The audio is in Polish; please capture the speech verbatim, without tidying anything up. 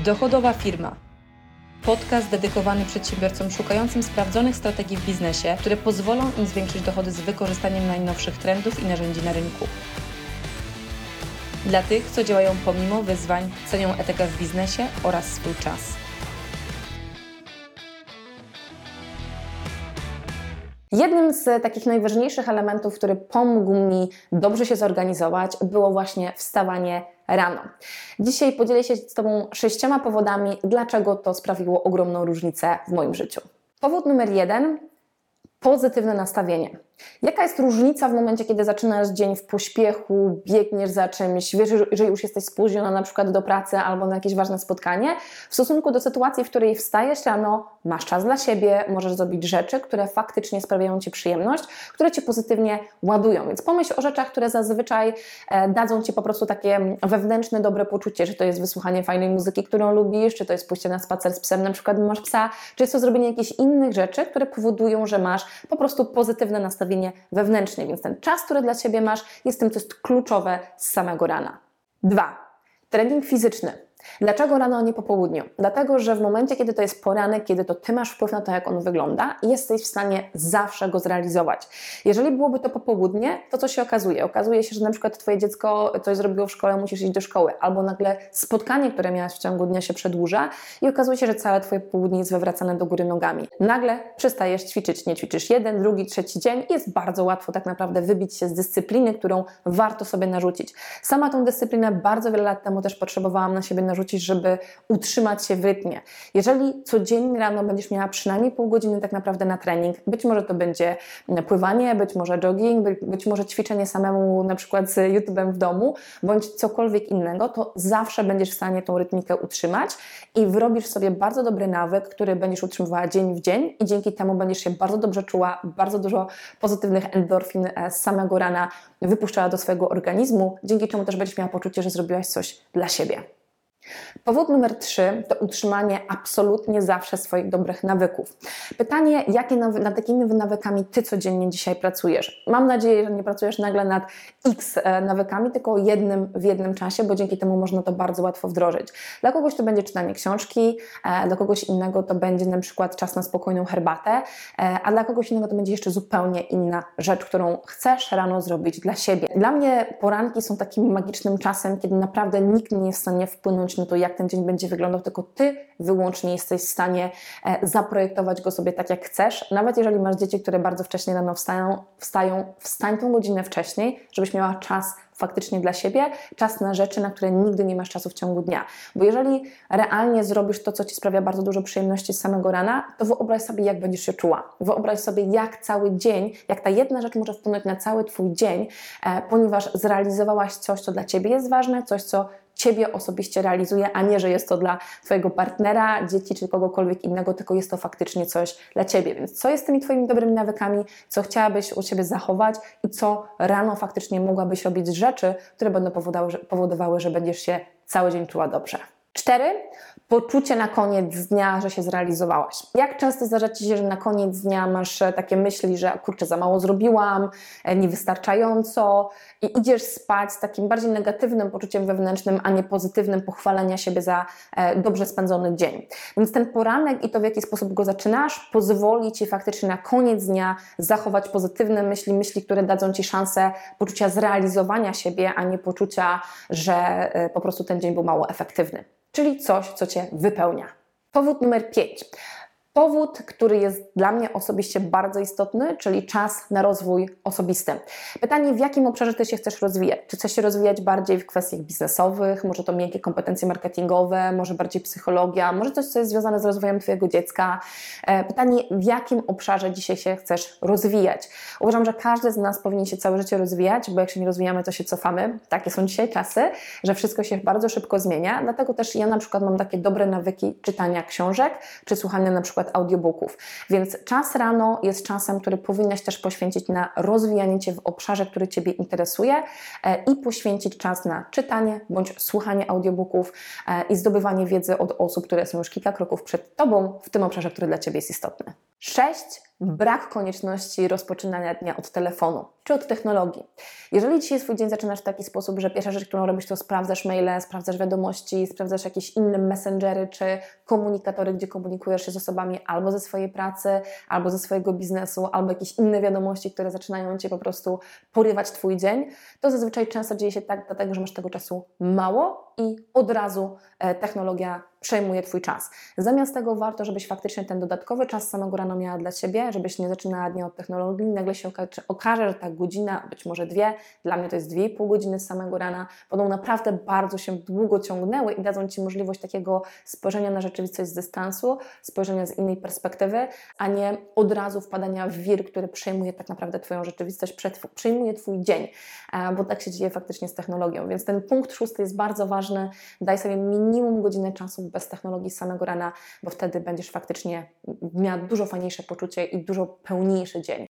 Dochodowa firma. Podcast dedykowany przedsiębiorcom szukającym sprawdzonych strategii w biznesie, które pozwolą im zwiększyć dochody z wykorzystaniem najnowszych trendów i narzędzi na rynku. Dla tych, co działają pomimo wyzwań, cenią etykę w biznesie oraz swój czas. Jednym z takich najważniejszych elementów, który pomógł mi dobrze się zorganizować, było właśnie wstawanie rano. Dzisiaj podzielę się z Tobą sześcioma powodami, dlaczego to sprawiło ogromną różnicę w moim życiu. Powód numer jeden – pozytywne nastawienie. Jaka jest różnica w momencie, kiedy zaczynasz dzień w pośpiechu, biegniesz za czymś, wiesz, że już jesteś spóźniona na przykład do pracy albo na jakieś ważne spotkanie, w stosunku do sytuacji, w której wstajesz rano, masz czas dla siebie, możesz zrobić rzeczy, które faktycznie sprawiają Ci przyjemność, które Cię pozytywnie ładują. Więc pomyśl o rzeczach, które zazwyczaj e, dadzą Ci po prostu takie wewnętrzne, dobre poczucie, że to jest wysłuchanie fajnej muzyki, którą lubisz, czy to jest pójście na spacer z psem, na przykład masz psa, czy jest to zrobienie jakichś innych rzeczy, które powodują, że masz po prostu pozytywne nastawienie wewnętrznie, więc ten czas, który dla Ciebie masz, jest tym, co jest kluczowe z samego rana. Dwa. Trening fizyczny. Dlaczego rano, a nie po południu? Dlatego, że w momencie, kiedy to jest poranek, kiedy to Ty masz wpływ na to, jak on wygląda, jesteś w stanie zawsze go zrealizować. Jeżeli byłoby to popołudnie, to co się okazuje? Okazuje się, że na przykład Twoje dziecko coś zrobiło w szkole, musisz iść do szkoły, albo nagle spotkanie, które miałaś w ciągu dnia, się przedłuża i okazuje się, że całe Twoje południe jest wywracane do góry nogami. Nagle przestajesz ćwiczyć, nie ćwiczysz jeden, drugi, trzeci dzień i jest bardzo łatwo tak naprawdę wybić się z dyscypliny, którą warto sobie narzucić. Sama tą dyscyplinę bardzo wiele lat temu też potrzebowałam na siebie narzucić, żeby utrzymać się w rytmie. Jeżeli codziennie rano będziesz miała przynajmniej pół godziny tak naprawdę na trening, być może to będzie pływanie, być może jogging, być może ćwiczenie samemu na przykład z YouTube'em w domu, bądź cokolwiek innego, to zawsze będziesz w stanie tą rytmikę utrzymać i wyrobisz sobie bardzo dobry nawyk, który będziesz utrzymywała dzień w dzień i dzięki temu będziesz się bardzo dobrze czuła, bardzo dużo pozytywnych endorfin z samego rana wypuszczała do swojego organizmu, dzięki czemu też będziesz miała poczucie, że zrobiłaś coś dla siebie. Powód numer trzy to utrzymanie absolutnie zawsze swoich dobrych nawyków. Pytanie, jakie nawy- nad jakimi nawykami Ty codziennie dzisiaj pracujesz? Mam nadzieję, że nie pracujesz nagle nad X nawykami, tylko jednym w jednym czasie, bo dzięki temu można to bardzo łatwo wdrożyć. Dla kogoś to będzie czytanie książki, dla kogoś innego to będzie na przykład czas na spokojną herbatę, a dla kogoś innego to będzie jeszcze zupełnie inna rzecz, którą chcesz rano zrobić dla siebie. Dla mnie poranki są takim magicznym czasem, kiedy naprawdę nikt nie jest w stanie wpłynąć na to, jak ten dzień będzie wyglądał, tylko Ty wyłącznie jesteś w stanie e, zaprojektować go sobie tak, jak chcesz. Nawet jeżeli masz dzieci, które bardzo wcześnie rano wstają, wstają, wstań tą godzinę wcześniej, żebyś miała czas faktycznie dla siebie, czas na rzeczy, na które nigdy nie masz czasu w ciągu dnia. Bo jeżeli realnie zrobisz to, co Ci sprawia bardzo dużo przyjemności z samego rana, to wyobraź sobie, jak będziesz się czuła. Wyobraź sobie, jak cały dzień, jak ta jedna rzecz może wpłynąć na cały Twój dzień, e, ponieważ zrealizowałaś coś, co dla Ciebie jest ważne, coś, co Ciebie osobiście realizuje, a nie, że jest to dla Twojego partnera, dzieci czy kogokolwiek innego, tylko jest to faktycznie coś dla Ciebie. Więc co jest tymi Twoimi dobrymi nawykami, co chciałabyś u siebie zachować i co rano faktycznie mogłabyś robić z rzeczy, które będą powodowały, powodowały, że będziesz się cały dzień czuła dobrze. Cztery. Poczucie na koniec dnia, że się zrealizowałaś. Jak często zdarza Ci się, że na koniec dnia masz takie myśli, że kurczę, za mało zrobiłam, niewystarczająco i idziesz spać z takim bardziej negatywnym poczuciem wewnętrznym, a nie pozytywnym pochwalenia siebie za dobrze spędzony dzień. Więc ten poranek i to, w jaki sposób go zaczynasz, pozwoli Ci faktycznie na koniec dnia zachować pozytywne myśli, myśli, które dadzą Ci szansę poczucia zrealizowania siebie, a nie poczucia, że po prostu ten dzień był mało efektywny. Czyli coś, co Cię wypełnia. Powód numer pięć. Powód, który jest dla mnie osobiście bardzo istotny, czyli czas na rozwój osobisty. Pytanie, w jakim obszarze Ty się chcesz rozwijać? Czy chcesz się rozwijać bardziej w kwestiach biznesowych, może to miękkie kompetencje marketingowe, może bardziej psychologia, może coś, co jest związane z rozwojem Twojego dziecka? Pytanie, w jakim obszarze dzisiaj się chcesz rozwijać? Uważam, że każdy z nas powinien się całe życie rozwijać, bo jak się nie rozwijamy, to się cofamy. Takie są dzisiaj czasy, że wszystko się bardzo szybko zmienia, dlatego też ja na przykład mam takie dobre nawyki czytania książek, czy słuchania na przykład audiobooków. Więc czas rano jest czasem, który powinnaś też poświęcić na rozwijanie Cię w obszarze, który Ciebie interesuje i poświęcić czas na czytanie bądź słuchanie audiobooków i zdobywanie wiedzy od osób, które są już kilka kroków przed Tobą w tym obszarze, który dla Ciebie jest istotny. Sześć. Brak konieczności rozpoczynania dnia od telefonu. czy od technologii. Jeżeli dzisiaj swój dzień zaczynasz w taki sposób, że pierwsza rzecz, którą robisz, to sprawdzasz maile, sprawdzasz wiadomości, sprawdzasz jakieś inne messengery czy komunikatory, gdzie komunikujesz się z osobami albo ze swojej pracy, albo ze swojego biznesu, albo jakieś inne wiadomości, które zaczynają Cię po prostu porywać Twój dzień, to zazwyczaj często dzieje się tak, dlatego że masz tego czasu mało i od razu e, technologia przejmuje Twój czas. Zamiast tego warto, żebyś faktycznie ten dodatkowy czas samego rano miała dla Ciebie, żebyś nie zaczynała dnia od technologii, nagle się oka- okaże, że ta godzina, być może dwie, dla mnie to jest dwie i pół godziny z samego rana, będą naprawdę bardzo się długo ciągnęły i dadzą Ci możliwość takiego spojrzenia na rzeczywistość z dystansu, spojrzenia z innej perspektywy, a nie od razu wpadania w wir, który przejmuje tak naprawdę Twoją rzeczywistość, przejmuje Twój dzień, bo tak się dzieje faktycznie z technologią. Więc ten punkt szósty jest bardzo ważny. Daj sobie minimum godziny czasu bez technologii z samego rana, bo wtedy będziesz faktycznie miała dużo fajniejsze poczucie i dużo pełniejszy dzień.